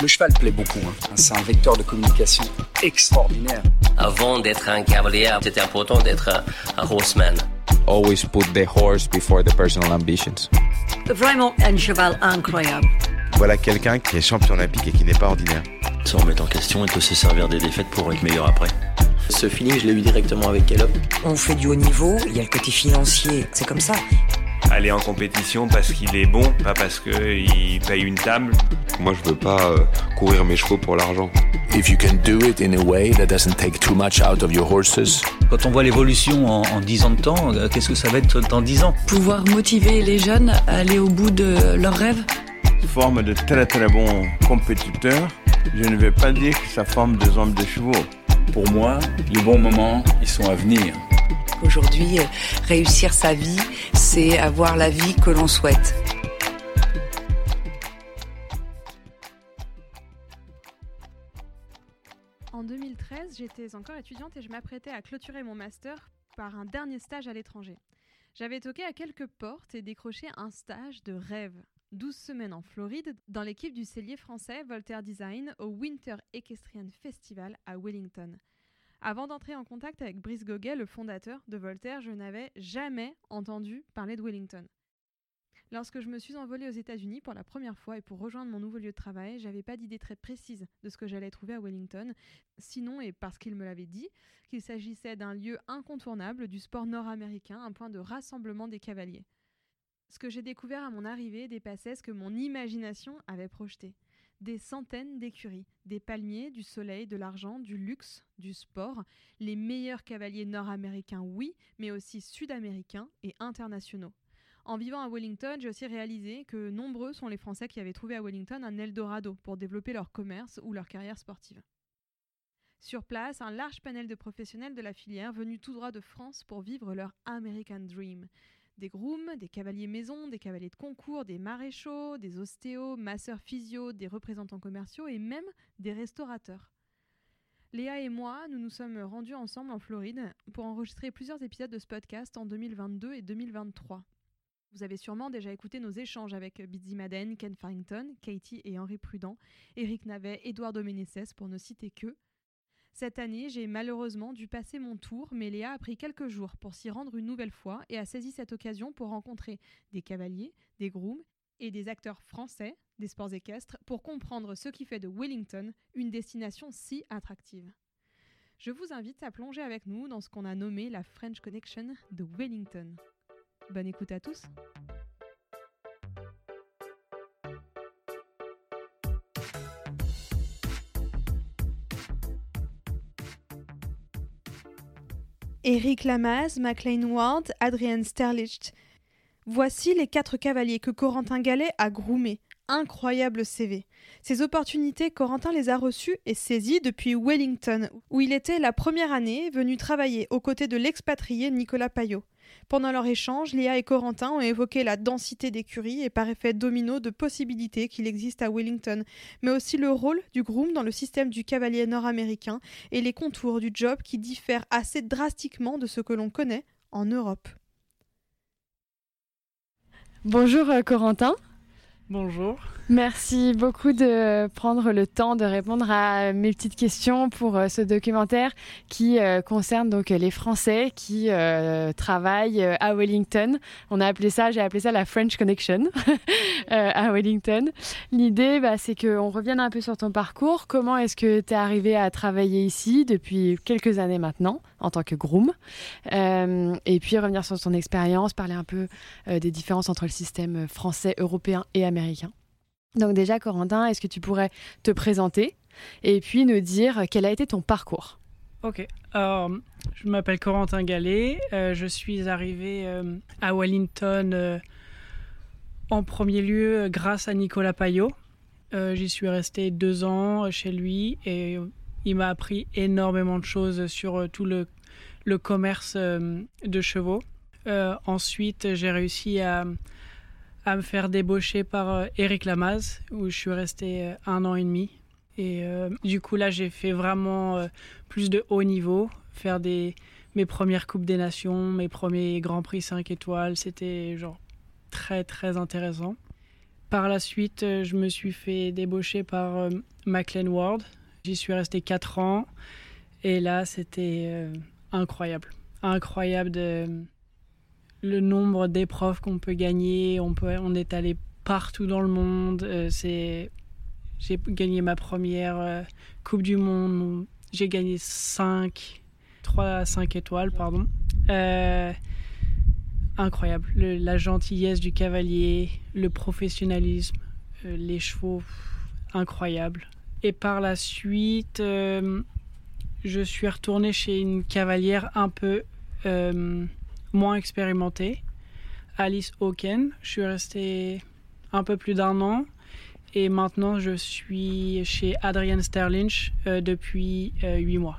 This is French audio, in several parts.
Le cheval plaît beaucoup, C'est un vecteur de communication extraordinaire. Avant d'être un cavalier, c'était important d'être un horseman. Always put the horse before the personal ambitions. Vraiment un cheval incroyable. Voilà quelqu'un qui est champion olympique et qui n'est pas ordinaire. Se remettre en question et peut se servir des défaites pour être meilleur après. Ce feeling, je l'ai eu directement avec Caleb. On fait du haut niveau, il y a le côté financier, c'est comme ça. Aller en compétition parce qu'il est bon, pas parce qu'il paye une table. Moi, je veux pas courir mes chevaux pour l'argent. If you can do it in a way that doesn't take too much out of your horses. Quand on voit l'évolution en 10 ans de temps, qu'est-ce que ça va être dans 10 ans ? Pouvoir motiver les jeunes à aller au bout de leurs rêves. Forme de très très bons compétiteurs. Je ne vais pas dire que ça forme des hommes de chevaux. Pour moi, les bons moments, ils sont à venir. Aujourd'hui, réussir sa vie, c'est avoir la vie que l'on souhaite. En 2013, j'étais encore étudiante et je m'apprêtais à clôturer mon master par un dernier stage à l'étranger. J'avais toqué à quelques portes et décroché un stage de rêve. 12 semaines en Floride, dans l'équipe du cellier français Voltaire Design au Winter Equestrian Festival à Wellington. Avant d'entrer en contact avec Brice Goguet, le fondateur de Voltaire, je n'avais jamais entendu parler de Wellington. Lorsque je me suis envolée aux États-Unis pour la première fois et pour rejoindre mon nouveau lieu de travail, j'avais pas d'idée très précise de ce que j'allais trouver à Wellington, sinon, et parce qu'il me l'avait dit, qu'il s'agissait d'un lieu incontournable du sport nord-américain, un point de rassemblement des cavaliers. Ce que j'ai découvert à mon arrivée dépassait ce que mon imagination avait projeté. Des centaines d'écuries, des palmiers, du soleil, de l'argent, du luxe, du sport, les meilleurs cavaliers nord-américains, oui, mais aussi sud-américains et internationaux. En vivant à Wellington, j'ai aussi réalisé que nombreux sont les Français qui avaient trouvé à Wellington un Eldorado pour développer leur commerce ou leur carrière sportive. Sur place, un large panel de professionnels de la filière venus tout droit de France pour vivre leur American Dream. Des grooms, des cavaliers maison, des cavaliers de concours, des maréchaux, des ostéos, masseurs physio, des représentants commerciaux et même des restaurateurs. Léa et moi, nous nous sommes rendus ensemble en Floride pour enregistrer plusieurs épisodes de ce podcast en 2022 et 2023. Vous avez sûrement déjà écouté nos échanges avec Bizzy Madden, Ken Farrington, Katie et Henri Prudent, Éric Navet, Édouard Doménésès pour ne citer que. Cette année, j'ai malheureusement dû passer mon tour, mais Léa a pris quelques jours pour s'y rendre une nouvelle fois et a saisi cette occasion pour rencontrer des cavaliers, des grooms et des acteurs français des sports équestres pour comprendre ce qui fait de Wellington une destination si attractive. Je vous invite à plonger avec nous dans ce qu'on a nommé la French Connection de Wellington. Bonne écoute à tous. Éric Lamaze, McLean Ward, Adrian Sterlich. Voici les 4 cavaliers que Corentin Gallet a groomés. Incroyable CV. Ces opportunités, Corentin les a reçues et saisies depuis Wellington, où il était la première année venu travailler aux côtés de l'expatrié Nicolas Payot. Pendant leur échange, Léa et Corentin ont évoqué la densité d'écuries et par effet domino de possibilités qu'il existe à Wellington, mais aussi le rôle du groom dans le système du cavalier nord-américain et les contours du job qui diffèrent assez drastiquement de ce que l'on connaît en Europe. Bonjour Corentin. Bonjour. Merci beaucoup de prendre le temps de répondre à mes petites questions pour ce documentaire qui concerne donc les Français qui travaillent à Wellington. J'ai appelé ça la French Connection à Wellington. L'idée, c'est qu'on revienne un peu sur ton parcours. Comment est-ce que tu es arrivé à travailler ici depuis quelques années maintenant en tant que groom, et puis revenir sur ton expérience, parler un peu des différences entre le système français, européen et américain. Donc déjà, Corentin, est-ce que tu pourrais te présenter et puis nous dire quel a été ton parcours ? Ok, alors je m'appelle Corentin Gallet, je suis arrivé à Wellington en premier lieu grâce à Nicolas Payot. J'y suis resté 2 ans chez lui et il m'a appris énormément de choses sur tout le commerce de chevaux. Ensuite, j'ai réussi à me faire débaucher par Éric Lamaze, où je suis resté 1 an et demi. Et du coup, là, j'ai fait vraiment plus de haut niveau, faire mes premières Coupes des Nations, mes premiers Grands Prix 5 étoiles. C'était très, très intéressant. Par la suite, je me suis fait débaucher par Maclean World. J'y suis resté 4 ans. Et là, c'était incroyable. Incroyable le nombre d'épreuves qu'on peut gagner. On est allé partout dans le monde. J'ai gagné ma première Coupe du Monde. J'ai gagné 3 à 5 étoiles, pardon. Incroyable. La gentillesse du cavalier, le professionnalisme, les chevaux, incroyable. Et par la suite, je suis retournée chez une cavalière un peu moins expérimentée, Alice Hawken. Je suis restée un peu plus d'1 an. Et maintenant, je suis chez Adrian Sterlinch depuis 8 mois.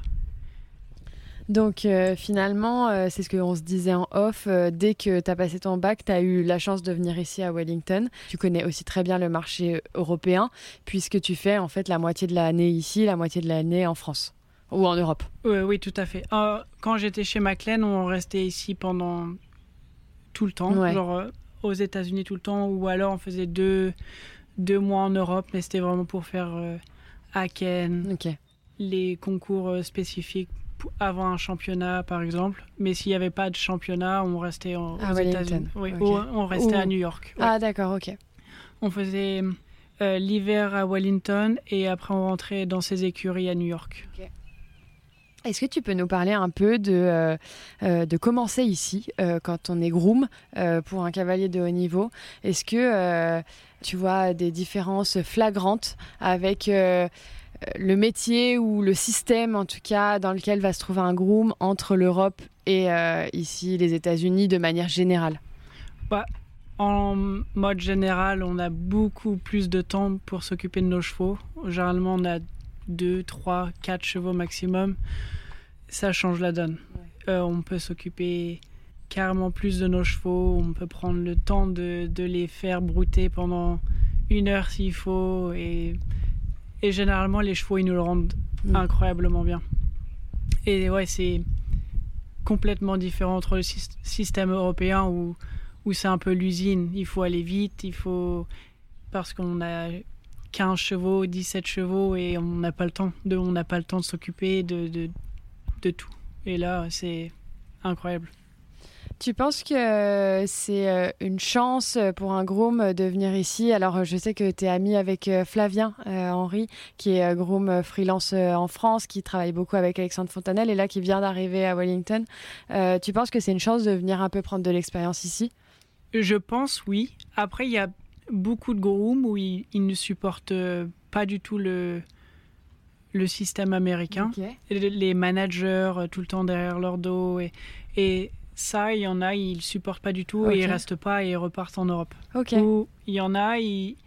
Donc finalement, c'est ce qu'on se disait en off, dès que tu as passé ton bac, tu as eu la chance de venir ici à Wellington. Tu connais aussi très bien le marché européen, puisque tu fais en fait la moitié de l'année ici, la moitié de l'année en France ou en Europe. Oui, tout à fait. Quand j'étais chez Maclean, on restait ici pendant tout le temps, genre aux États-Unis tout le temps, ou alors on faisait 2 mois en Europe, mais c'était vraiment pour faire Aachen, les concours spécifiques avant un championnat, par exemple. Mais s'il n'y avait pas de championnat, on restait aux États-Unis. Oui, on restait à New York. Ouais. Ah, d'accord, ok. On faisait l'hiver à Wellington et après on rentrait dans ses écuries à New York. Okay. Est-ce que tu peux nous parler un peu de commencer ici, quand on est groom, pour un cavalier de haut niveau? Est-ce que tu vois des différences flagrantes avec le métier ou le système, en tout cas, dans lequel va se trouver un groom entre l'Europe et ici, les États-Unis, de manière générale? En mode général, on a beaucoup plus de temps pour s'occuper de nos chevaux. Généralement, on a 2, 3, 4 chevaux maximum. Ça change la donne. On peut s'occuper carrément plus de nos chevaux. On peut prendre le temps de les faire brouter pendant 1 heure s'il faut. Et généralement, les chevaux, ils nous le rendent incroyablement bien. Et ouais, c'est complètement différent entre le système européen où c'est un peu l'usine. Il faut aller vite, parce qu'on a 15 chevaux, 17 chevaux et on n'a pas le temps. On n'a pas le temps de s'occuper de tout. Et là, c'est incroyable. Tu penses que c'est une chance pour un groom de venir ici? Alors, je sais que tu es ami avec Flavien Henry, qui est groom freelance en France, qui travaille beaucoup avec Alexandre Fontanelle et là, qui vient d'arriver à Wellington. Tu penses que c'est une chance de venir un peu prendre de l'expérience ici? Je pense, oui. Après, il y a beaucoup de grooms où ils ne supportent pas du tout le système américain. Okay. Les managers tout le temps derrière leur dos. Et ça, il y en a, ils ne supportent pas du tout et ils ne restent pas et ils repartent en Europe. Okay. Ou il y en a, ils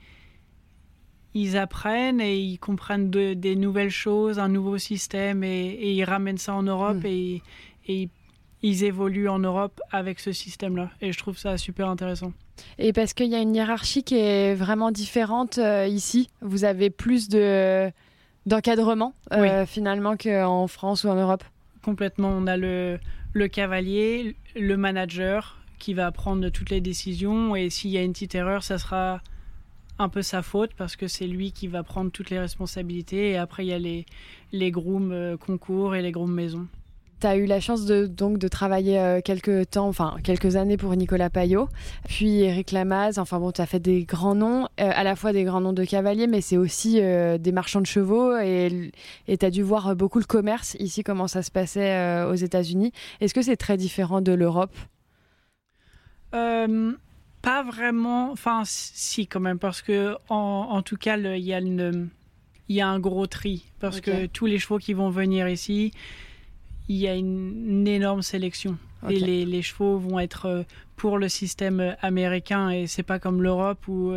apprennent et ils comprennent des nouvelles choses, un nouveau système et ils ramènent ça en Europe et ils évoluent en Europe avec ce système-là. Et je trouve ça super intéressant. Et parce qu'il y a une hiérarchie qui est vraiment différente ici. Vous avez plus d'encadrement finalement qu'en France ou en Europe? Complètement. On a le cavalier, le manager qui va prendre toutes les décisions et s'il y a une petite erreur, ça sera un peu sa faute parce que c'est lui qui va prendre toutes les responsabilités et après il y a les grooms concours et les grooms maison. Tu as eu la chance de travailler quelques années pour Nicolas Payot, puis Eric Lamaze. Enfin bon, tu as fait des grands noms, à la fois des grands noms de cavaliers, mais c'est aussi des marchands de chevaux. Et tu as dû voir beaucoup le commerce ici, comment ça se passait aux États-Unis. Est-ce que c'est très différent de l'Europe? Pas vraiment. Enfin, si, quand même, parce que en tout cas, il y a un gros tri. Parce que tous les chevaux qui vont venir ici, il y a une énorme sélection. Okay. Et les chevaux vont être pour le système américain et c'est pas comme l'Europe où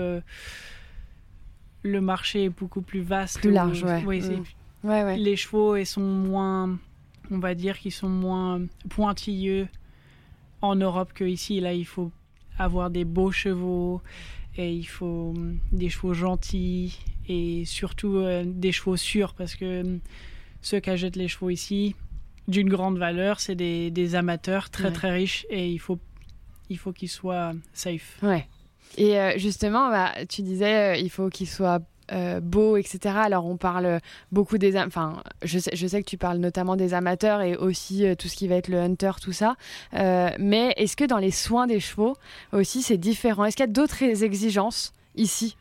le marché est beaucoup plus vaste. Plus large, Les chevaux, ils sont moins, on va dire qu'ils sont moins pointilleux en Europe qu'ici. Là, il faut avoir des beaux chevaux et il faut des chevaux gentils et surtout des chevaux sûrs parce que ceux qui achètent les chevaux ici, d'une grande valeur, c'est des amateurs très très riches et il faut qu'ils soient safe. Ouais. Et justement, tu disais il faut qu'il soit beau, etc. Alors on parle beaucoup des... Enfin, je sais que tu parles notamment des amateurs et aussi tout ce qui va être le hunter, tout ça. Mais est-ce que dans les soins des chevaux aussi c'est différent? Est-ce qu'il y a d'autres exigences ici?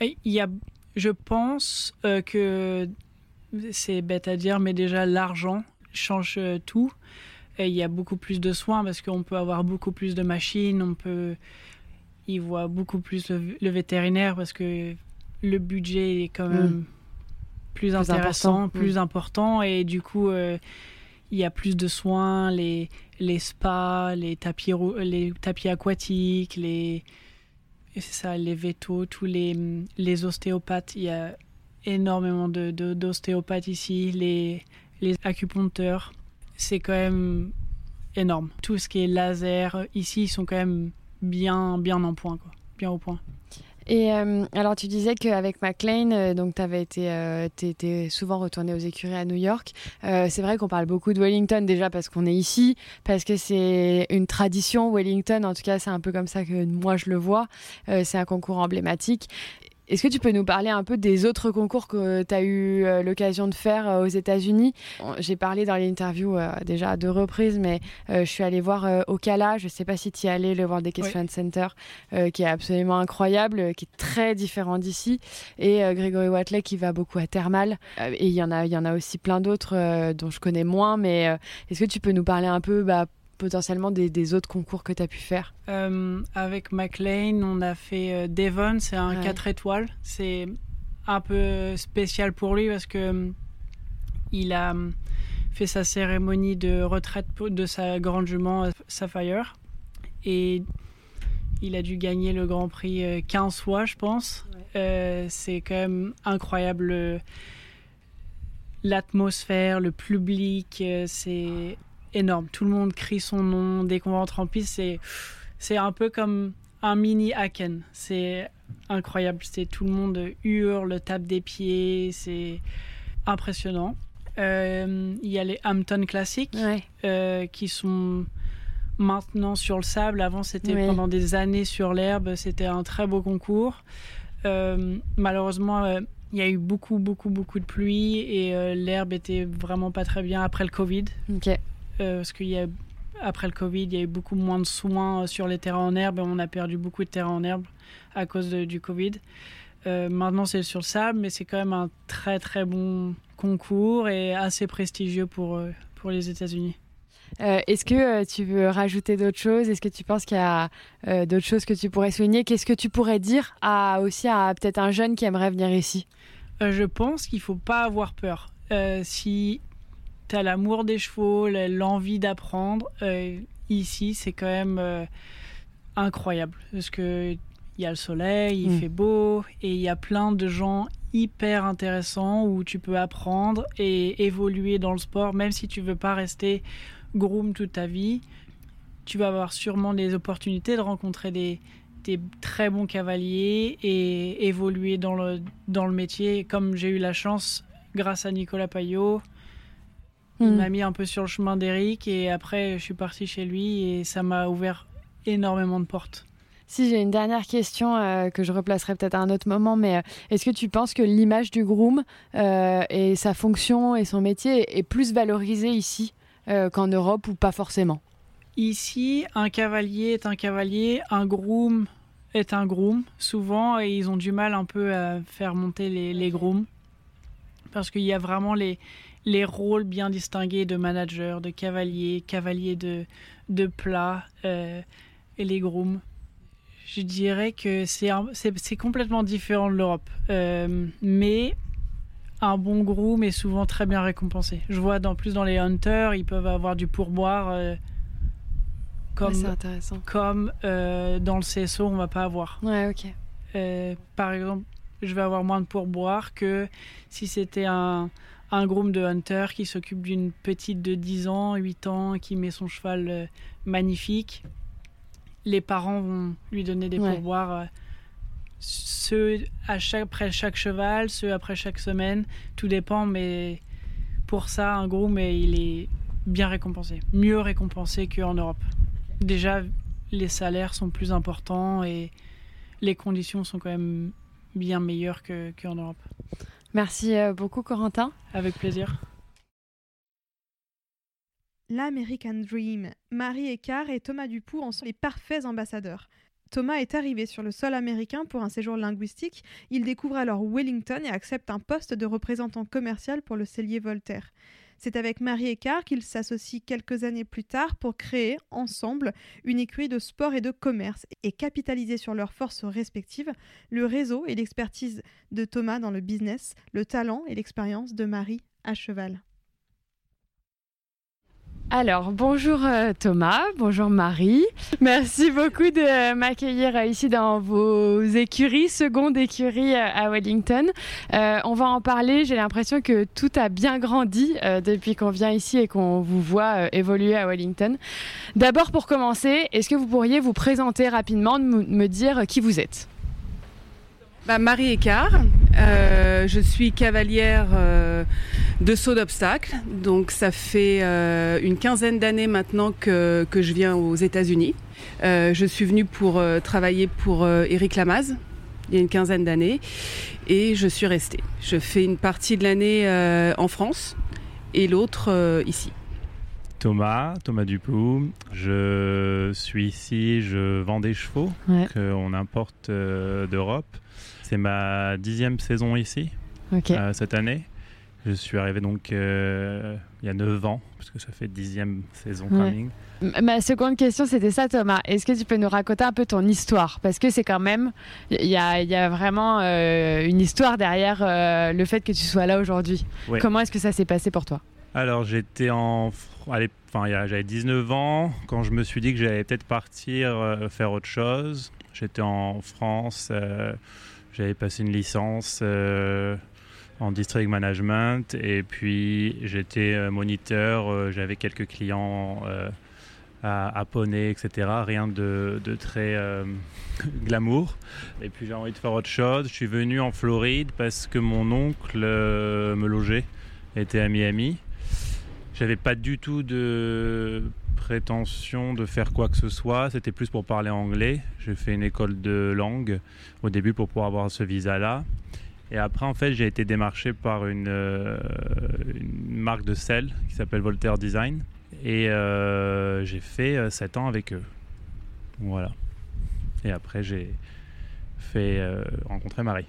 Je pense que c'est bête à dire, mais déjà l'argent change tout. Et il y a beaucoup plus de soins parce qu'on peut avoir beaucoup plus de machines, il voit beaucoup plus le vétérinaire parce que le budget est quand même plus intéressant, plus important, et du coup il y a plus de soins, les spas, les tapis aquatiques, les vétos, tous les ostéopathes. Il y a énormément d'ostéopathes ici, les acupuncteurs. C'est quand même énorme. Tout ce qui est laser, ici, ils sont quand même bien en point, quoi. Bien au point. Et alors, tu disais qu'avec McLean, donc t'étais souvent retourné aux écuries à New York. C'est vrai qu'on parle beaucoup de Wellington déjà parce qu'on est ici, parce que c'est une tradition. Wellington, en tout cas, c'est un peu comme ça que moi je le vois. C'est un concours emblématique. Est-ce que tu peux nous parler un peu des autres concours que tu as eu l'occasion de faire aux États-Unis? J'ai parlé dans l'interview déjà à 2 reprises, mais je suis allée voir Ocala. Je ne sais pas si tu y es allé, le World Equestrian Center, qui est absolument incroyable, qui est très différent d'ici. Et Gregory Watley qui va beaucoup à Thermal. Et il y en a aussi plein d'autres dont je connais moins. Mais est-ce que tu peux nous parler un peu potentiellement des autres concours que tu as pu faire? Avec McLean, on a fait Devon, c'est un 4 étoiles. C'est un peu spécial pour lui parce que il a fait sa cérémonie de retraite de sa grande jument Sapphire et il a dû gagner le Grand Prix 15 fois, je pense. C'est quand même incroyable. L'atmosphère, le public, c'est énorme. Tout le monde crie son nom. Dès qu'on rentre en piste, c'est un peu comme un mini Haken. C'est incroyable. Tout le monde hurle, tape des pieds. C'est impressionnant. Il y a les Hampton Classic qui sont maintenant sur le sable. Avant, c'était pendant des années sur l'herbe. C'était un très beau concours. Malheureusement, il y a eu beaucoup de pluie et l'herbe était vraiment pas très bien après le Covid. Parce qu'après le Covid, il y a eu beaucoup moins de soins sur les terrains en herbe et on a perdu beaucoup de terrains en herbe à cause du Covid. Maintenant, c'est sur le sable, mais c'est quand même un très très bon concours et assez prestigieux pour les États-Unis. Est-ce que tu veux rajouter d'autres choses? Est-ce que tu penses qu'il y a d'autres choses que tu pourrais souligner? Qu'est-ce que tu pourrais dire aussi à peut-être un jeune qui aimerait venir ici? Je pense qu'il ne faut pas avoir peur. Si tu as l'amour des chevaux, l'envie d'apprendre, ici, c'est quand même incroyable. Parce qu'il y a le soleil, il fait beau, et il y a plein de gens hyper intéressants où tu peux apprendre et évoluer dans le sport, même si tu ne veux pas rester groom toute ta vie. Tu vas avoir sûrement des opportunités de rencontrer des très bons cavaliers et évoluer dans le métier, comme j'ai eu la chance grâce à Nicolas Payot. Il m'a mis un peu sur le chemin d'Eric et après je suis partie chez lui et ça m'a ouvert énormément de portes. Si j'ai une dernière question que je replacerai peut-être à un autre moment, mais est-ce que tu penses que l'image du groom et sa fonction et son métier est plus valorisée ici qu'en Europe ou pas forcément? Ici, un cavalier est un cavalier, un groom est un groom, souvent, et ils ont du mal un peu à faire monter les grooms parce qu'il y a vraiment les rôles bien distingués de manager, de cavalier de plat et les grooms. Je dirais que c'est complètement différent de l'Europe. Mais un bon groom est souvent très bien récompensé. Je vois plus dans les hunters, ils peuvent avoir du pourboire comme dans le CSO, on ne va pas avoir. Par exemple, je vais avoir moins de pourboire que si c'était un groom de hunter qui s'occupe d'une petite de 10 ans, 8 ans, qui met son cheval magnifique. Les parents vont lui donner des pourboires, ceux après chaque cheval, ceux après chaque semaine, tout dépend, mais pour ça, un groom, il est bien récompensé, mieux récompensé qu'en Europe. Déjà, les salaires sont plus importants et les conditions sont quand même bien meilleures qu'en Europe. Merci beaucoup Corentin. Avec plaisir. L'American Dream. Marie Eckart et Thomas Dupoux en sont les parfaits ambassadeurs. Thomas est arrivé sur le sol américain pour un séjour linguistique. Il découvre alors Wellington et accepte un poste de représentant commercial pour le cellier Voltaire. C'est avec Marie Eckart qu'ils s'associent quelques années plus tard pour créer, ensemble, une écurie de sport et de commerce et capitaliser sur leurs forces respectives, le réseau et l'expertise de Thomas dans le business, le talent et l'expérience de Marie à cheval. Alors, bonjour Thomas, bonjour Marie. Merci beaucoup de m'accueillir ici dans vos écuries, seconde écurie à Wellington. On va en parler, j'ai l'impression que tout a bien grandi depuis qu'on vient ici et qu'on vous voit évoluer à Wellington. D'abord, pour commencer, est-ce que vous pourriez vous présenter rapidement, me dire qui vous êtes ? Marie Eckart, je suis cavalière de saut d'obstacles, donc ça fait une quinzaine d'années maintenant que je viens aux États-Unis. Je suis venue pour travailler pour Éric Lamaze, il y a une quinzaine d'années, et je suis restée. Je fais une partie de l'année en France et l'autre ici. Thomas Dupoux, je suis ici, je vends des chevaux qu'on importe d'Europe. C'est ma 10e saison ici, cette année. Je suis arrivé donc il y a 9 ans, parce que ça fait 10e saison coming. Ma seconde question, c'était ça Thomas. Est-ce que tu peux nous raconter un peu ton histoire ? Parce que c'est quand même, il y a vraiment une histoire derrière le fait que tu sois là aujourd'hui. Ouais. Comment est-ce que ça s'est passé pour toi ? Alors j'étais j'avais 19 ans quand je me suis dit que j'allais peut-être partir faire autre chose. J'étais en France, j'avais passé une licence en district management et puis j'étais moniteur, j'avais quelques clients à poney, etc. Rien de très glamour. Et puis j'ai envie de faire autre chose. Je suis venu en Floride parce que mon oncle me logeait, était à Miami. J'avais pas du tout de prétention de faire quoi que ce soit, c'était plus pour parler anglais. J'ai fait une école de langue au début pour pouvoir avoir ce visa-là. Et après, en fait, j'ai été démarché par une marque de sel qui s'appelle Voltaire Design. Et j'ai fait 7 ans avec eux. Voilà. Et après, j'ai fait rencontrer Marie.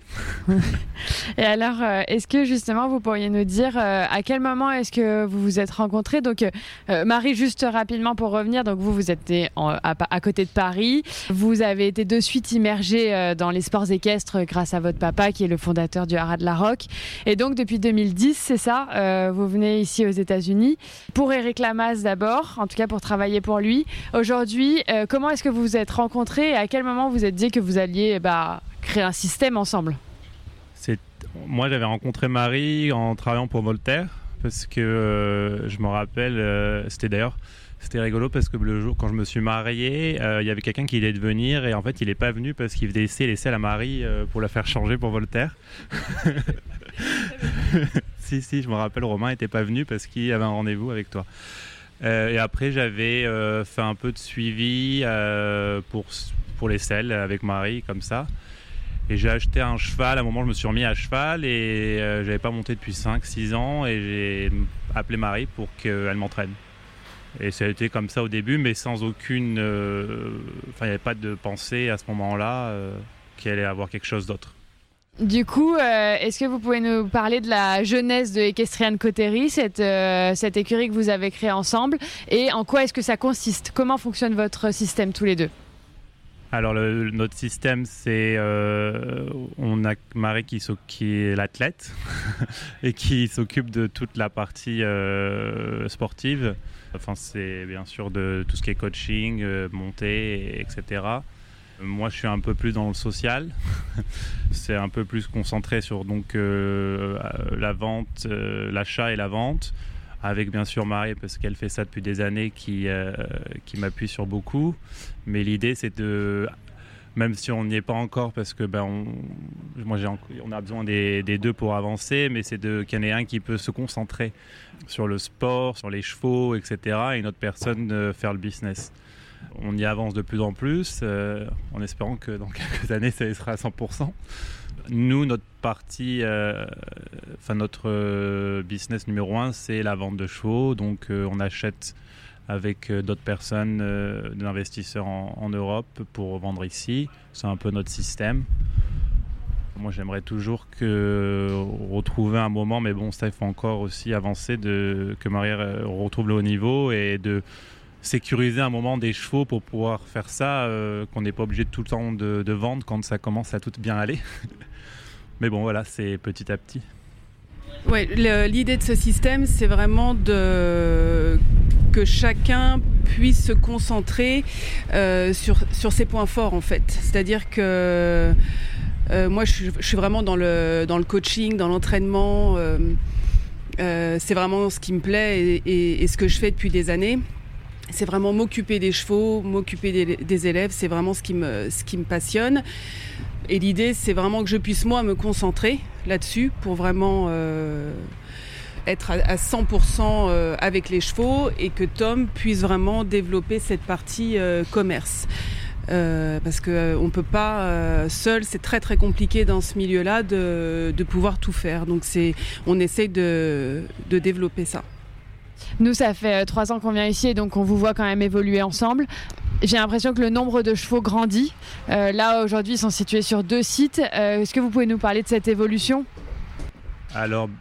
Et alors, est-ce que justement vous pourriez nous dire à quel moment est-ce que vous vous êtes rencontrés ? Donc Marie, juste rapidement pour revenir, donc vous êtes à côté de Paris, vous avez été de suite immergée dans les sports équestres grâce à votre papa qui est le fondateur du Haras de la Roque. Et donc depuis 2010, c'est ça, vous venez ici aux États-Unis pour Éric Lamaze d'abord, en tout cas pour travailler pour lui. Aujourd'hui, comment est-ce que vous vous êtes rencontrés et à quel moment vous vous êtes dit que vous alliez créer un système ensemble ? Moi, j'avais rencontré Marie en travaillant pour Voltaire parce que je me rappelle, c'était rigolo parce que le jour quand je me suis marié, il y avait quelqu'un qui allait venir et en fait il n'est pas venu parce qu'il faisait essayer les selles à Marie pour la faire changer pour Voltaire. Si, je me rappelle, Romain n'était pas venu parce qu'il avait un rendez-vous avec toi. Et après j'avais fait un peu de suivi pour les selles avec Marie comme ça. Et j'ai acheté un cheval, à un moment je me suis remis à cheval et j'avais pas monté depuis 5-6 ans et j'ai appelé Marie pour qu'elle m'entraîne. Et ça a été comme ça au début, mais sans aucune... il n'y avait pas de pensée à ce moment-là qu'il allait avoir quelque chose d'autre. Du coup, est-ce que vous pouvez nous parler de la jeunesse de Equestrian Coterie, cette écurie que vous avez créée ensemble, et en quoi est-ce que ça consiste ? Comment fonctionne votre système tous les deux ? Alors notre système, c'est on a Marie qui est l'athlète et qui s'occupe de toute la partie sportive. Enfin, c'est bien sûr de tout ce qui est coaching, montée, etc. Moi, je suis un peu plus dans le social. C'est un peu plus concentré sur la vente, l'achat et la vente. Avec bien sûr Marie parce qu'elle fait ça depuis des années qui m'appuie sur beaucoup, mais l'idée c'est même si on n'y est pas encore parce que on a besoin des deux pour avancer, mais c'est qu'il y en ait un qui peut se concentrer sur le sport, sur les chevaux, etc. et une autre personne faire le business. On y avance de plus en plus, en espérant que dans quelques années, ça sera à 100%. Nous, notre partie, notre business numéro 1, c'est la vente de chevaux. Donc, on achète avec d'autres personnes, des investisseurs en Europe pour vendre ici. C'est un peu notre système. Moi, j'aimerais toujours retrouver un moment, mais bon, ça, il faut encore aussi avancer, que Marie retrouve le haut niveau et de sécuriser un moment des chevaux pour pouvoir faire ça, qu'on n'est pas obligé tout le temps de vendre quand ça commence à tout bien aller. Mais bon, voilà, c'est petit à petit. Ouais, l'idée de ce système, c'est vraiment que chacun puisse se concentrer sur ses points forts, en fait. C'est-à-dire que moi, je suis vraiment dans le coaching, dans l'entraînement. C'est vraiment ce qui me plaît et ce que je fais depuis des années. C'est vraiment m'occuper des chevaux, m'occuper des élèves. C'est vraiment ce qui me passionne. Et l'idée, c'est vraiment que je puisse, moi, me concentrer là-dessus pour vraiment être à 100% avec les chevaux et que Tom puisse vraiment développer cette partie commerce. Parce qu'on ne peut pas seul, c'est très très compliqué dans ce milieu-là de pouvoir tout faire. Donc on essaye de développer ça. Nous, ça fait 3 ans qu'on vient ici et donc on vous voit quand même évoluer ensemble. J'ai l'impression que le nombre de chevaux grandit. Là, aujourd'hui, ils sont situés sur 2 sites. Est-ce que vous pouvez nous parler de cette évolution ? Alors,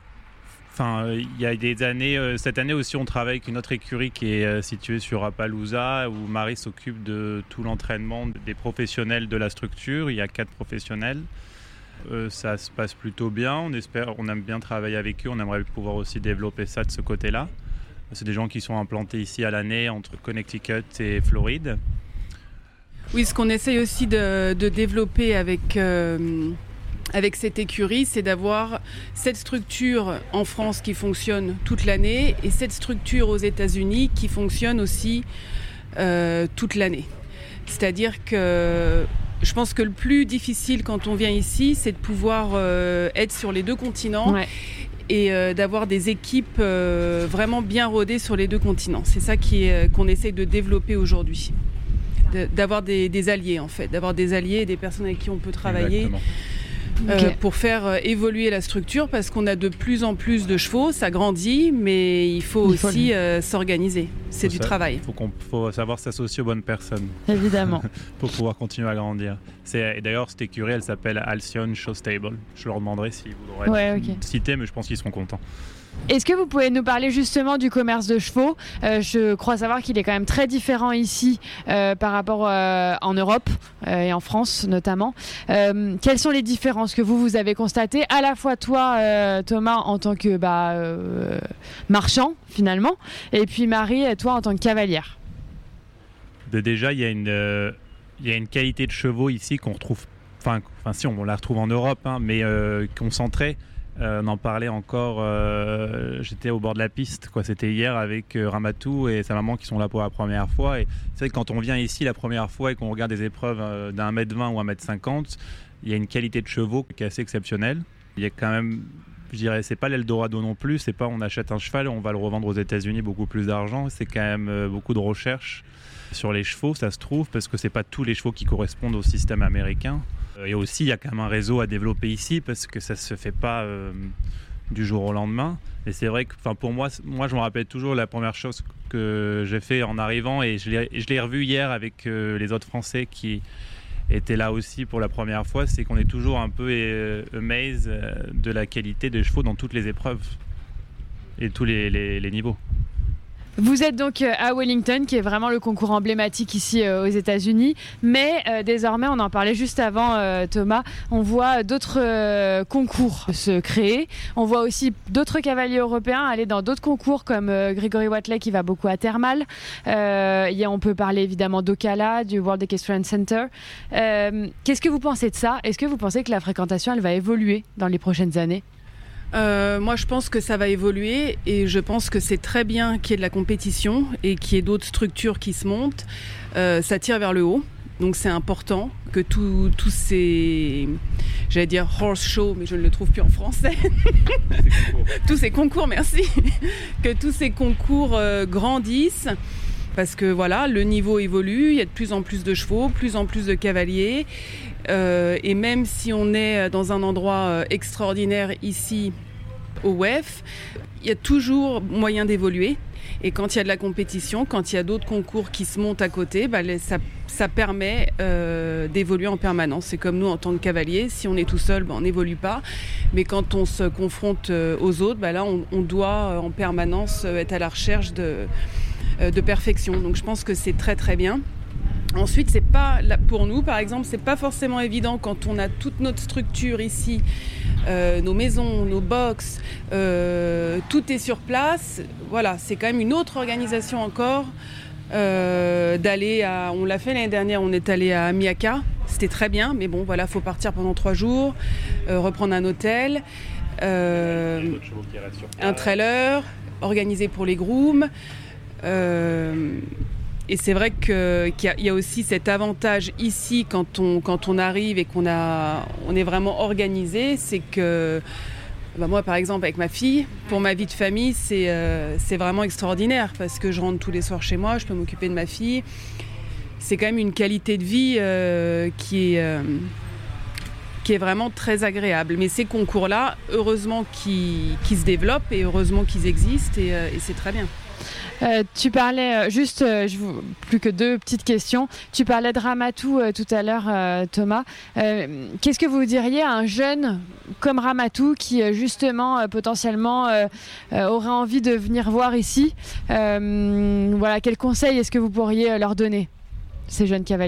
il y a des années, cette année aussi, on travaille avec une autre écurie qui est située sur Appaloosa, où Marie s'occupe de tout l'entraînement des professionnels de la structure. Il y a 4 professionnels. Ça se passe plutôt bien. On aime bien travailler avec eux. On aimerait pouvoir aussi développer ça de ce côté-là. C'est des gens qui sont implantés ici à l'année entre Connecticut et Floride. Oui, ce qu'on essaye aussi de développer avec cette écurie, c'est d'avoir cette structure en France qui fonctionne toute l'année et cette structure aux États-Unis qui fonctionne aussi toute l'année. C'est-à-dire que je pense que le plus difficile quand on vient ici, c'est de pouvoir être sur les 2 continents. Ouais. Et d'avoir des équipes vraiment bien rodées sur les 2 continents. C'est ça qu'on essaie de développer aujourd'hui. D'avoir des alliés, en fait. D'avoir des alliés et des personnes avec qui on peut travailler pour faire évoluer la structure, parce qu'on a de plus en plus de chevaux, ça grandit, mais il faut aussi s'organiser. C'est du travail. Il faut savoir s'associer aux bonnes personnes. Évidemment. Pour pouvoir continuer à grandir. Et d'ailleurs, cette écurie, elle s'appelle Alcyon Show Stable. Je leur demanderai s'ils voudraient citer, mais je pense qu'ils seront contents. Est-ce que vous pouvez nous parler justement du commerce de chevaux ? Je crois savoir qu'il est quand même très différent ici par rapport en Europe et en France notamment. Quelles sont les différences que vous avez constatées, à la fois toi, Thomas, en tant que marchand finalement, et puis Marie, toi en tant que cavalière ? Déjà, il y a une qualité de chevaux ici qu'on retrouve, si on la retrouve en Europe, mais concentrée. On en parlait encore, j'étais au bord de la piste, c'était hier avec Ramatou et sa maman qui sont là pour la première fois. Et c'est vrai que quand on vient ici la première fois et qu'on regarde des épreuves d'un 1m20 ou 1m50, il y a une qualité de chevaux qui est assez exceptionnelle. Il y a quand même, je dirais, c'est pas l'Eldorado non plus, c'est pas on achète un cheval, on va le revendre aux États-Unis beaucoup plus d'argent. C'est quand même beaucoup de recherche sur les chevaux, ça se trouve, parce que c'est pas tous les chevaux qui correspondent au système américain. Et aussi, il y a quand même un réseau à développer ici parce que ça ne se fait pas du jour au lendemain. Et c'est vrai que pour moi, je me rappelle toujours la première chose que j'ai fait en arrivant et je l'ai revu hier avec les autres Français qui étaient là aussi pour la première fois, c'est qu'on est toujours un peu amazed de la qualité des chevaux dans toutes les épreuves et tous les niveaux. Vous êtes donc à Wellington, qui est vraiment le concours emblématique ici aux États-Unis, mais désormais, on en parlait juste avant, Thomas, on voit d'autres concours se créer. On voit aussi d'autres cavaliers européens aller dans d'autres concours comme Gregory Watley qui va beaucoup à Thermal. On peut parler évidemment d'Ocala, du World Equestrian Center. Qu'est-ce que vous pensez de ça ? Est-ce que vous pensez que la fréquentation elle va évoluer dans les prochaines années ? Moi, je pense que ça va évoluer et je pense que c'est très bien qu'il y ait de la compétition et qu'il y ait d'autres structures qui se montent. Ça tire vers le haut, donc c'est important que tous ces, j'allais dire horse show, mais je ne le trouve plus en français. Tous ces concours, merci. Que tous ces concours grandissent Parce que voilà, le niveau évolue, il y a de plus en plus de chevaux, plus en plus de cavaliers. Et même si on est dans un endroit extraordinaire ici au WEF, il y a toujours moyen d'évoluer. Et quand il y a de la compétition, quand il y a d'autres concours qui se montent à côté, ça permet d'évoluer en permanence. C'est comme nous en tant que cavaliers, si on est tout seul, on n'évolue pas. Mais quand on se confronte aux autres, là on doit en permanence être à la recherche de perfection. Donc je pense que c'est très très bien. Ensuite, c'est pas, pour nous par exemple, c'est pas forcément évident quand on a toute notre structure ici, nos maisons, nos box, tout est sur place. Voilà, c'est quand même une autre organisation encore d'aller à... On l'a fait l'année dernière, on est allé à Miaka, c'était très bien, mais bon voilà, faut partir pendant 3 jours, reprendre un hôtel, un trailer, organisé pour les grooms. Et c'est vrai qu'il y a aussi cet avantage ici quand on arrive et qu'on est vraiment organisé, c'est que moi par exemple avec ma fille, pour ma vie de famille, c'est vraiment extraordinaire parce que je rentre tous les soirs chez moi, je peux m'occuper de ma fille. C'est quand même une qualité de vie qui est vraiment très agréable. Mais ces concours-là, heureusement qu'ils se développent et heureusement qu'ils existent et c'est très bien. Tu parlais, plus que 2 petites questions. Tu parlais de Ramatou tout à l'heure, Thomas. Qu'est-ce que vous diriez à un jeune comme Ramatou qui, justement, potentiellement, aurait envie de venir voir ici quel conseil est-ce que vous pourriez leur donner, ces jeunes cavaliers ?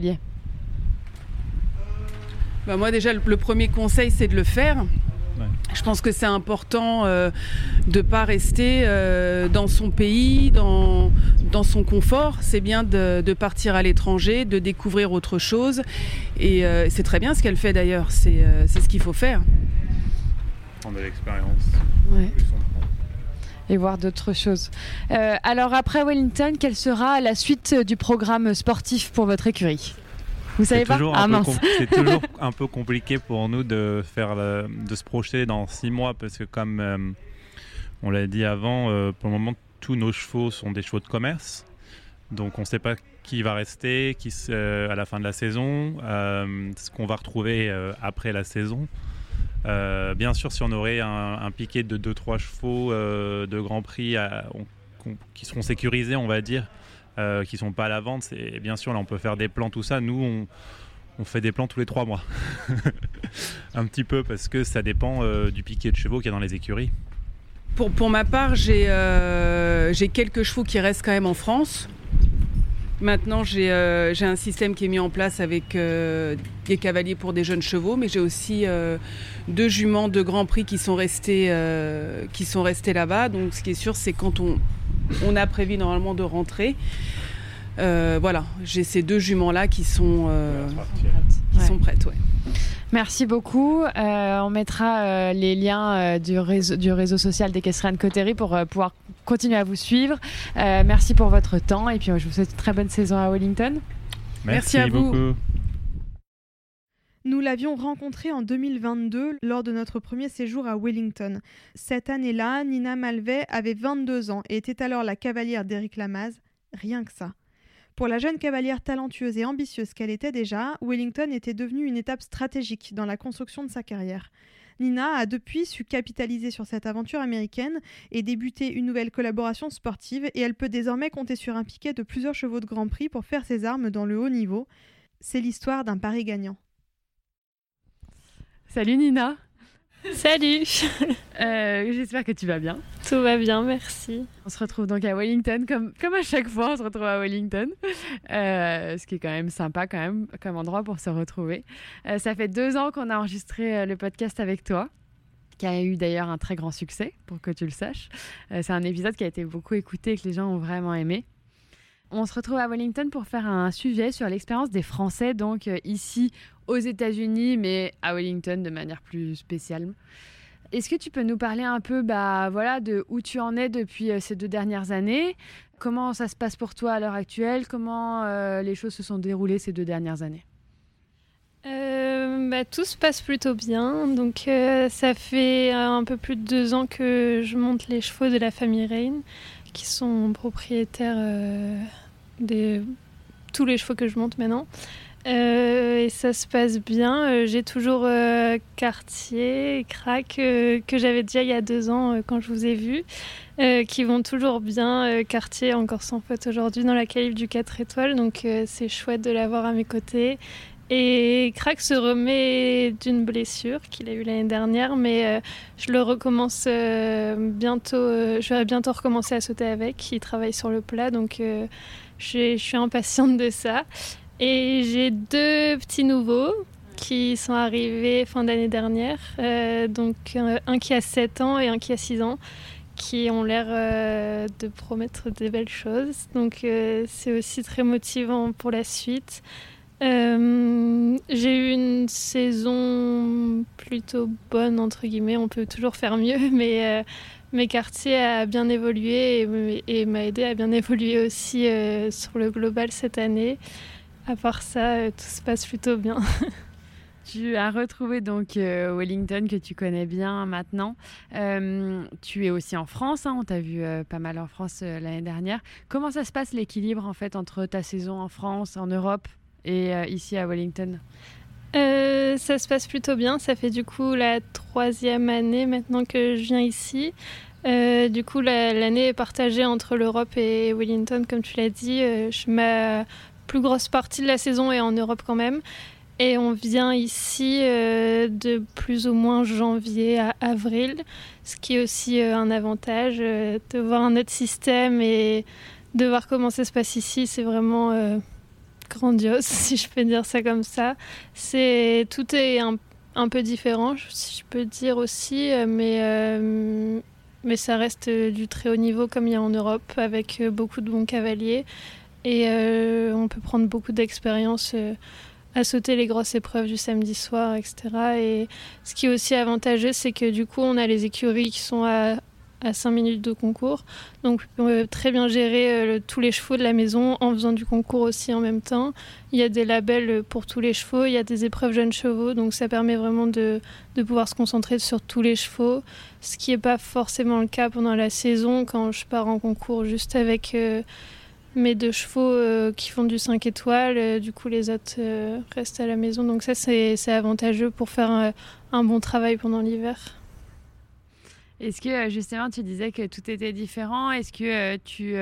Moi, déjà, le premier conseil, c'est de le faire. Je pense que c'est important de ne pas rester dans son pays, dans son confort. C'est bien de partir à l'étranger, de découvrir autre chose. Et c'est très bien ce qu'elle fait d'ailleurs. C'est ce qu'il faut faire. Prendre de l'expérience. Ouais. Et voir d'autres choses. Alors après Wellington, quelle sera la suite du programme sportif pour votre écurie ? Vous savez pas ? C'est toujours un peu compliqué pour nous de se projeter dans 6 mois parce que comme on l'a dit avant, pour le moment tous nos chevaux sont des chevaux de commerce, donc on ne sait pas qui va rester, à la fin de la saison, ce qu'on va retrouver après la saison. Bien sûr, si on aurait un piquet de 2-3 chevaux de Grand Prix qui seront sécurisés, on va dire. Qui sont pas à la vente, c'est bien sûr là on peut faire des plans, tout ça. Nous on fait des plans tous les 3 mois un petit peu parce que ça dépend du piquet de chevaux qu'il y a dans les écuries. Pour ma part, j'ai quelques chevaux qui restent quand même en France. Maintenant j'ai un système qui est mis en place avec des cavaliers pour des jeunes chevaux, mais j'ai aussi 2 juments de Grand Prix qui sont restés là-bas. Donc ce qui est sûr, c'est quand on a prévu normalement de rentrer. J'ai ces 2 juments-là qui sont prêtes. Ouais. Merci beaucoup. On mettra les liens du réseau social d'Equestrian Coterie pour pouvoir continuer à vous suivre. Merci pour votre temps et puis je vous souhaite une très bonne saison à Wellington. Merci à vous. Beaucoup. Nous l'avions rencontrée en 2022 lors de notre premier séjour à Wellington. Cette année-là, Nina Malvet avait 22 ans et était alors la cavalière d'Éric Lamaze. Rien que ça. Pour la jeune cavalière talentueuse et ambitieuse qu'elle était déjà, Wellington était devenue une étape stratégique dans la construction de sa carrière. Nina a depuis su capitaliser sur cette aventure américaine et débuter une nouvelle collaboration sportive et elle peut désormais compter sur un piquet de plusieurs chevaux de Grand Prix pour faire ses armes dans le haut niveau. C'est l'histoire d'un pari gagnant. Salut Nina. Salut. J'espère que tu vas bien. Tout va bien, merci. On se retrouve donc à Wellington, comme à chaque fois on se retrouve à Wellington, ce qui est quand même sympa comme endroit pour se retrouver. Ça fait 2 ans qu'on a enregistré le podcast avec toi, qui a eu d'ailleurs un très grand succès, pour que tu le saches. C'est un épisode qui a été beaucoup écouté et que les gens ont vraiment aimé. On se retrouve à Wellington pour faire un sujet sur l'expérience des Français, donc ici aux États-Unis, mais à Wellington de manière plus spéciale. Est-ce que tu peux nous parler un peu de où tu en es depuis ces 2 dernières années ? Comment ça se passe pour toi à l'heure actuelle ? Comment les choses se sont déroulées ces 2 dernières années ? Tout se passe plutôt bien. Donc, ça fait un peu plus de 2 ans que je monte les chevaux de la famille Rain, qui sont propriétaires tous les chevaux que je monte maintenant. Et ça se passe bien. J'ai toujours Cartier et Crack que j'avais déjà il y a 2 ans quand je vous ai vu, qui vont toujours bien. Cartier encore sans faute aujourd'hui dans la qualif du 4 étoiles, donc c'est chouette de l'avoir à mes côtés. Et Crack se remet d'une blessure qu'il a eue l'année dernière, mais je le recommence bientôt. Je vais bientôt recommencer à sauter avec. Il travaille sur le plat, donc je suis impatiente de ça. Et j'ai 2 petits nouveaux qui sont arrivés fin d'année dernière, donc un qui a 7 ans et un qui a 6 ans, qui ont l'air de promettre des belles choses. Donc c'est aussi très motivant pour la suite. J'ai eu une saison plutôt bonne, entre guillemets, on peut toujours faire mieux, mais Cartier a bien évolué et m'a aidé à bien évoluer aussi sur le global cette année. À part ça, tout se passe plutôt bien. Tu as retrouvé donc Wellington que tu connais bien maintenant. Tu es aussi en France, on t'a vu pas mal en France l'année dernière. Comment ça se passe l'équilibre en fait entre ta saison en France, en Europe et ici à Wellington ? Ça se passe plutôt bien. Ça fait du coup la 3e année maintenant que je viens ici. Du coup, l'année est partagée entre l'Europe et Wellington, comme tu l'as dit. Ma plus grosse partie de la saison est en Europe quand même. Et on vient ici de plus ou moins janvier à avril, ce qui est aussi un avantage. De voir un autre système et de voir comment ça se passe ici, c'est vraiment grandiose, si je peux dire ça comme ça. Tout est un peu différent, si je peux dire aussi, mais ça reste du très haut niveau comme il y a en Europe, avec beaucoup de bons cavaliers. Et on peut prendre beaucoup d'expérience à sauter les grosses épreuves du samedi soir, etc. Et ce qui est aussi avantageux, c'est que du coup, on a les écuries qui sont à 5 minutes de concours. Donc, on peut très bien gérer tous les chevaux de la maison en faisant du concours aussi en même temps. Il y a des labels pour tous les chevaux, il y a des épreuves jeunes chevaux, donc ça permet vraiment de pouvoir se concentrer sur tous les chevaux, ce qui n'est pas forcément le cas pendant la saison, quand je pars en concours juste avec mes 2 chevaux qui font du 5 étoiles, du coup les autres restent à la maison. Donc ça, c'est avantageux pour faire un bon travail pendant l'hiver. Est-ce que justement tu disais que tout était différent ? Est-ce que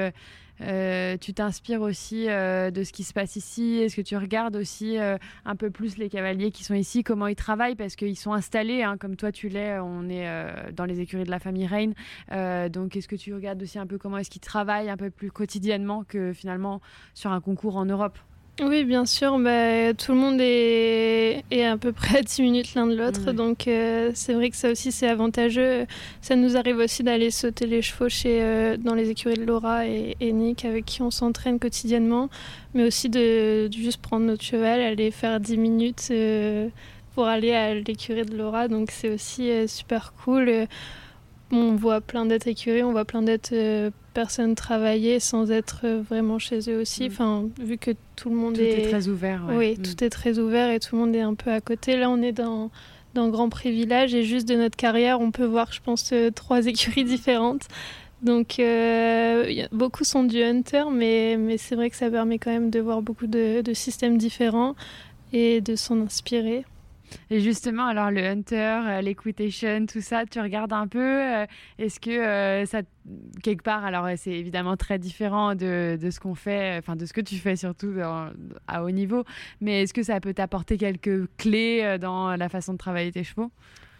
tu t'inspires aussi de ce qui se passe ici ? Est-ce que tu regardes aussi un peu plus les cavaliers qui sont ici, comment ils travaillent ? Parce qu'ils sont installés, comme toi tu l'es, on est dans les écuries de la famille Reine. Donc est-ce que tu regardes aussi un peu comment est-ce qu'ils travaillent un peu plus quotidiennement que finalement sur un concours en Europe ? Oui, bien sûr. Tout le monde est à peu près à 10 minutes l'un de l'autre. Donc, c'est vrai que ça aussi, c'est avantageux. Ça nous arrive aussi d'aller sauter les chevaux dans les écuries de Laura et Nick, avec qui on s'entraîne quotidiennement. Mais aussi de juste prendre notre cheval, aller faire 10 minutes pour aller à l'écurie de Laura. Donc, c'est aussi super cool. On voit plein d'autres écuries, on voit plein d'autres personnes travailler sans être vraiment chez eux aussi. Enfin, vu que tout le monde est très ouvert. Ouais. Oui, tout est très ouvert et tout le monde est un peu à côté. Là, on est dans Grand Prix Village et juste de notre carrière, on peut voir, je pense, 3 écuries différentes. Donc, beaucoup sont du Hunter, mais c'est vrai que ça permet quand même de voir beaucoup de systèmes différents et de s'en inspirer. Et justement, alors le Hunter, l'Equitation, tout ça, tu regardes un peu. Est-ce que ça, quelque part, alors c'est évidemment très différent de ce qu'on fait, enfin de ce que tu fais surtout à haut niveau, mais est-ce que ça peut t'apporter quelques clés dans la façon de travailler tes chevaux ?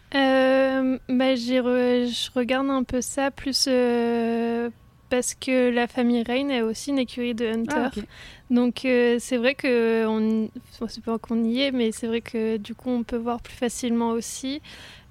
Je regarde un peu ça plus parce que la famille Reine est aussi une écurie de Hunter. Ah, okay. Donc c'est vrai que c'est pas qu'on y est, mais c'est vrai que du coup on peut voir plus facilement aussi.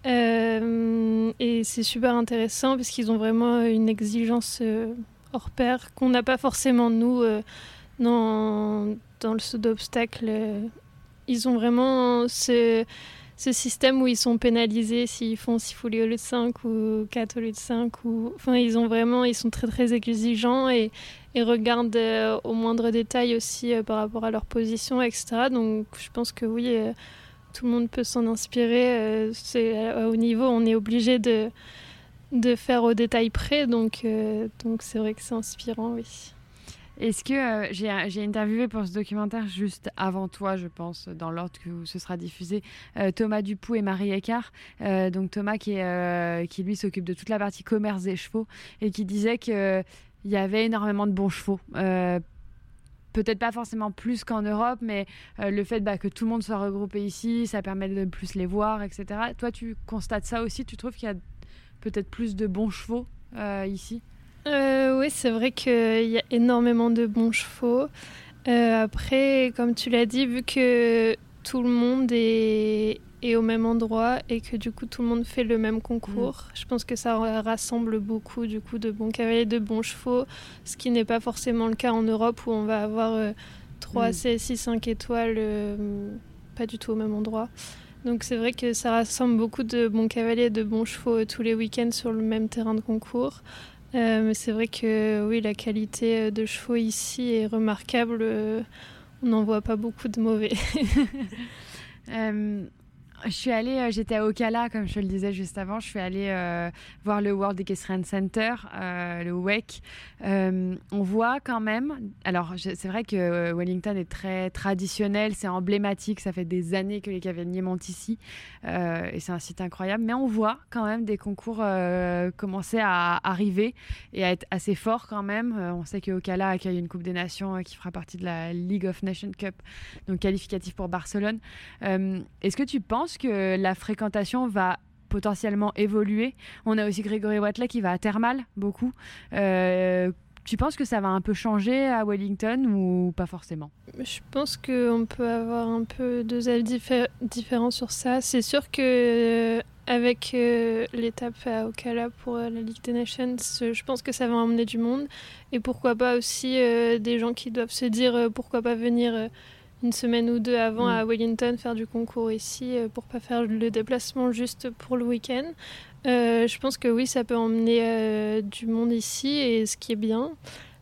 Et c'est super intéressant parce qu'ils ont vraiment une exigence hors pair qu'on n'a pas forcément nous dans le saut d'obstacle. Ils ont vraiment ce système où ils sont pénalisés s'ils font 6 foulées au lieu de 5 ou 4 au lieu de 5. Enfin, ils sont très très exigeants et regardent au moindre détail aussi par rapport à leur position, etc. Donc je pense que oui, tout le monde peut s'en inspirer. C'est à haut niveau, on est obligé de faire au détail près, donc c'est vrai que c'est inspirant, oui. Est-ce que j'ai interviewé pour ce documentaire juste avant toi, je pense, dans l'ordre où ce sera diffusé, Thomas Dupoux et Marie Écart. Donc Thomas qui lui s'occupe de toute la partie commerce des chevaux et qui disait qu'il y avait énormément de bons chevaux. Peut-être pas forcément plus qu'en Europe, mais le fait que tout le monde soit regroupé ici, ça permet de plus les voir, etc. Toi, tu constates ça aussi? Tu trouves qu'il y a peut-être plus de bons chevaux ici? Oui, c'est vrai qu'il y a énormément de bons chevaux. Après, comme tu l'as dit, vu que tout le monde est au même endroit et que du coup tout le monde fait le même concours, je pense que ça rassemble beaucoup du coup de bons cavaliers, de bons chevaux, ce qui n'est pas forcément le cas en Europe où on va avoir 3 CSI 5 étoiles pas du tout au même endroit. Donc c'est vrai que ça rassemble beaucoup de bons cavaliers, de bons chevaux tous les week-ends sur le même terrain de concours. Mais c'est vrai que oui, la qualité de chevaux ici est remarquable. On n'en voit pas beaucoup de mauvais. J'étais à Ocala, comme je te le disais juste avant. Je suis allée voir le World Equestrian Center, le WEC. On voit quand même... Alors, c'est vrai que Wellington est très traditionnel, c'est emblématique. Ça fait des années que les cavaliers montent ici. Et c'est un site incroyable. Mais on voit quand même des concours commencer à arriver et à être assez forts quand même. On sait que Ocala accueille une Coupe des Nations qui fera partie de la League of Nations Cup, donc qualificatif pour Barcelone. Est-ce que tu penses que la fréquentation va potentiellement évoluer? On a aussi Grégory Watley qui va à Thermal beaucoup. Tu penses que ça va un peu changer à Wellington ou pas forcément? Je pense qu'on peut avoir un peu deux avis différents sur ça. C'est sûr que avec l'étape à Ocala pour la Ligue des Nations, je pense que ça va emmener du monde. Et pourquoi pas aussi des gens qui doivent se dire pourquoi pas venir une semaine ou deux avant à Wellington faire du concours ici pour pas faire le déplacement juste pour le week-end. Je pense que oui, ça peut emmener du monde ici et ce qui est bien.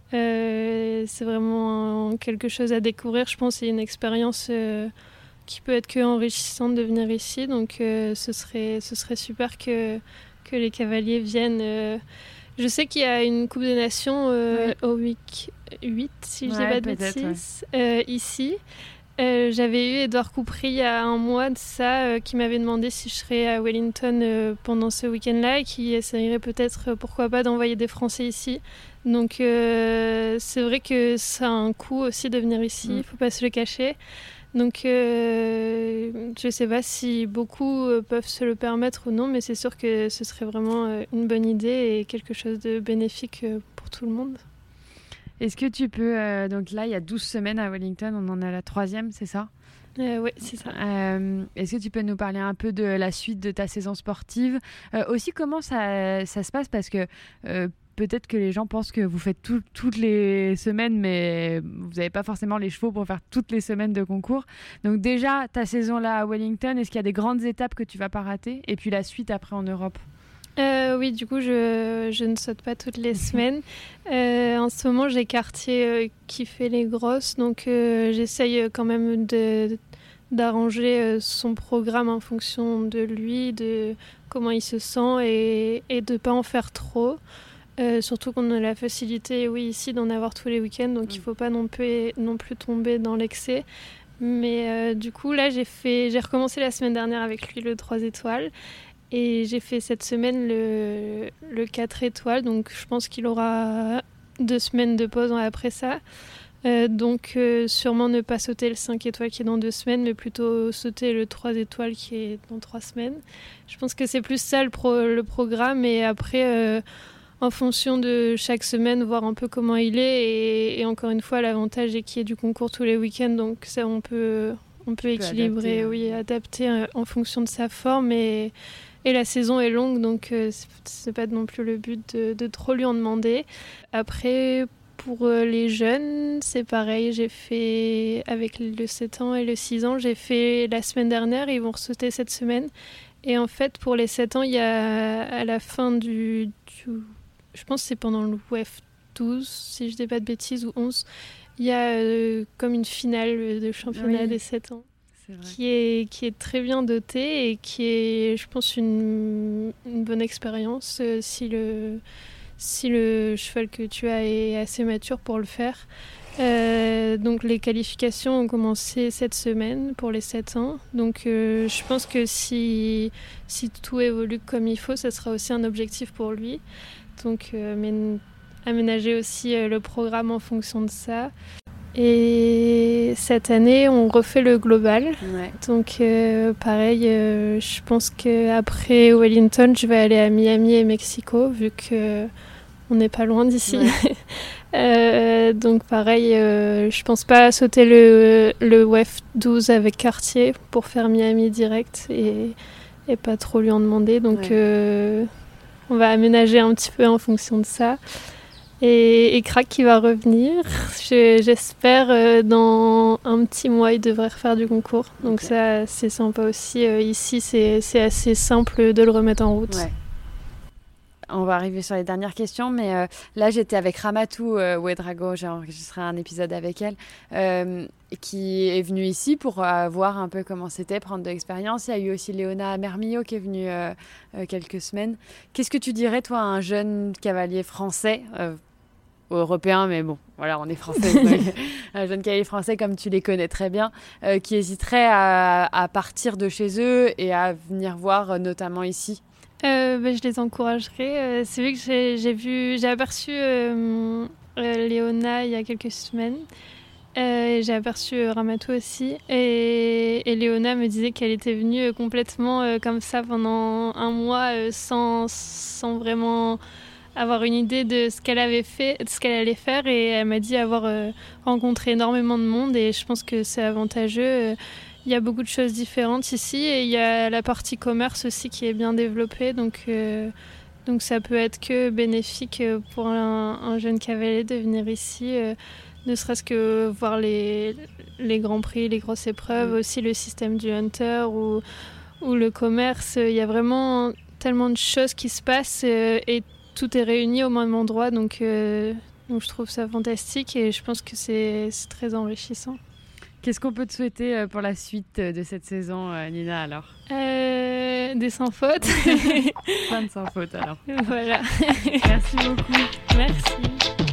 C'est vraiment quelque chose à découvrir. Je pense que c'est une expérience qui peut être que enrichissante de venir ici. Donc ce serait super que les cavaliers viennent. Je sais qu'il y a une Coupe des Nations au week 8, si je ne dis pas de bêtises, ici. J'avais eu Edouard Coupry il y a un mois de ça qui m'avait demandé si je serais à Wellington pendant ce week-end-là et qui essayerait peut-être, pourquoi pas, d'envoyer des Français ici. Donc c'est vrai que ça a un coût aussi de venir ici, il ne faut pas se le cacher. Donc je ne sais pas si beaucoup peuvent se le permettre ou non, mais c'est sûr que ce serait vraiment une bonne idée et quelque chose de bénéfique pour tout le monde. Est-ce que tu peux... donc là, il y a 12 semaines à Wellington, on en est à la 3e, c'est ça? Oui, c'est ça. Est-ce que tu peux nous parler un peu de la suite de ta saison sportive? Aussi, comment ça se passe? Parce que peut-être que les gens pensent que vous faites toutes les semaines, mais vous n'avez pas forcément les chevaux pour faire toutes les semaines de concours. Donc déjà, ta saison là à Wellington, est-ce qu'il y a des grandes étapes que tu vas pas rater? Et puis la suite après en Europe? Oui, du coup, je ne saute pas toutes les semaines. En ce moment, j'ai Cartier qui fait les grosses, donc j'essaye quand même d'arranger son programme en fonction de lui, de comment il se sent et de ne pas en faire trop. Surtout qu'on a la facilité, oui, ici, d'en avoir tous les week-ends, donc il ne faut pas non plus tomber dans l'excès. Mais du coup, là, j'ai recommencé la semaine dernière avec lui le 3 étoiles. Et j'ai fait cette semaine le 4 étoiles, donc je pense qu'il aura 2 semaines de pause après ça. Donc sûrement ne pas sauter le 5 étoiles qui est dans 2 semaines, mais plutôt sauter le 3 étoiles qui est dans 3 semaines. Je pense que c'est plus ça le programme, et après, en fonction de chaque semaine, voir un peu comment il est. Et encore une fois, l'avantage est qu'il y ait du concours tous les week-ends, donc ça on peut équilibrer, adapter en fonction de sa forme. Et la saison est longue, donc c'est pas non plus le but de trop lui en demander. Après, pour les jeunes, c'est pareil. J'ai fait, avec le 7 ans et le 6 ans, j'ai fait la semaine dernière, ils vont ressauter cette semaine. Et en fait, pour les 7 ans, il y a à la fin je pense que c'est pendant le WEF 12, si je dis pas de bêtises, ou 11, il y a comme une finale de championnat des 7 ans. Qui est très bien dotée et qui est, je pense, une bonne expérience si si le cheval que tu as est assez mature pour le faire. Donc les qualifications ont commencé cette semaine pour les 7 ans. Donc je pense que si tout évolue comme il faut, ça sera aussi un objectif pour lui. Donc aménager aussi le programme en fonction de ça. Et cette année, on refait le global. Ouais. Donc pareil, je pense qu'après Wellington, je vais aller à Miami et Mexico, vu qu'on n'est pas loin d'ici. Ouais. Donc pareil, je pense pas sauter le WEF 12 avec Cartier pour faire Miami direct et pas trop lui en demander. Donc on va aménager un petit peu en fonction de ça. Et Crack qui va revenir, j'espère dans un petit mois il devrait refaire du concours. Donc ça c'est sympa aussi, ici c'est assez simple de le remettre en route. Ouais. On va arriver sur les dernières questions, mais là j'étais avec Ramatou Ouedraogo, j'ai enregistré un épisode avec elle, qui est venue ici pour voir un peu comment c'était, prendre de l'expérience. Il y a eu aussi Léona Mermillo qui est venue quelques semaines. Qu'est-ce que tu dirais toi à un jeune cavalier français, européen, mais bon, voilà, on est français, donc, un jeune cavalier français comme tu les connais très bien, qui hésiterait à partir de chez eux et à venir voir notamment ici? Je les encouragerais. C'est vrai que j'ai aperçu Léona il y a quelques semaines. J'ai aperçu Ramatou aussi. Et Léona me disait qu'elle était venue complètement comme ça pendant un mois sans vraiment avoir une idée de ce qu'elle avait fait, de ce qu'elle allait faire. Et elle m'a dit avoir rencontré énormément de monde. Et je pense que c'est avantageux. Il y a beaucoup de choses différentes ici et il y a la partie commerce aussi qui est bien développée. Donc ça peut être que bénéfique pour un jeune cavalier de venir ici, ne serait-ce que voir les grands prix, les grosses épreuves, aussi le système du Hunter ou le commerce. Il y a vraiment tellement de choses qui se passent et tout est réuni au même endroit. Donc je trouve ça fantastique et je pense que c'est très enrichissant. Qu'est-ce qu'on peut te souhaiter pour la suite de cette saison, Nina, alors? Des sans fautes. Plein de sans fautes, alors. Voilà. Merci beaucoup. Merci.